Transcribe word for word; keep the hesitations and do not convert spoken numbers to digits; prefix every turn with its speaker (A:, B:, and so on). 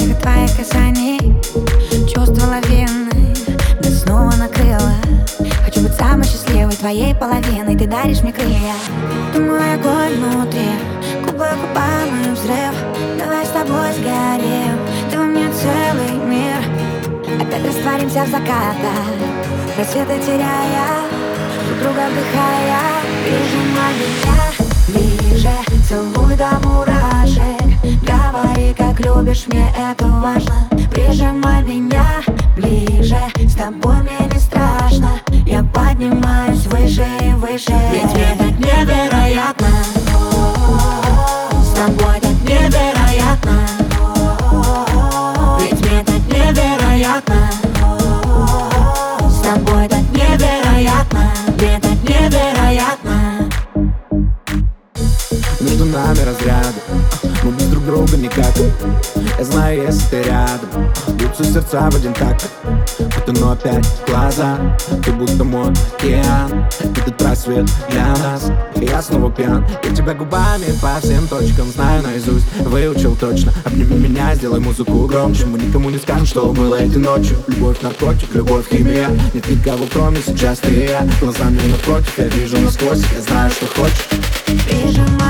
A: пальцах от твоих касаний. Чувство лавины нас снова накрыло. Хочу быть самой счастливой твоей половиной. Ты даришь мне крылья. Ты мой огонь внутри, губы губами взрыв. Давай с тобой сгорим, ты у меня целый мир. Опять растворимся в закатах, рассветы теряя, друг друга вдыхая. Прижимай меня ближе, целуй до мурашек. Говори, как любишь, мне это важно. Прижимай меня ближе, с тобой мне не страшно. Я поднимаюсь выше и выше, ведь мне так невероятно. С тобой так невероятно. Ведь мне так невероятно. С тобой так невероятно. Мне так невероятно.
B: Между нами разряды, мы без друг друга никак. Я знаю, если ты рядом, бьются сердца в один такт. Будто, но опять глаза, ты будто мой океан. Этот рассвет для нас, и я снова пьян. Я тебя губами по всем точкам знаю наизусть, выучил точно. Обними меня, сделай музыку громче. Мы никому не скажем, что было этой ночью. Любовь, наркотик, любовь, химия. Нет никого, кроме сейчас ты и я. Глазами напротив, я вижу насквозь, я знаю, что хочешь.
A: Прижимай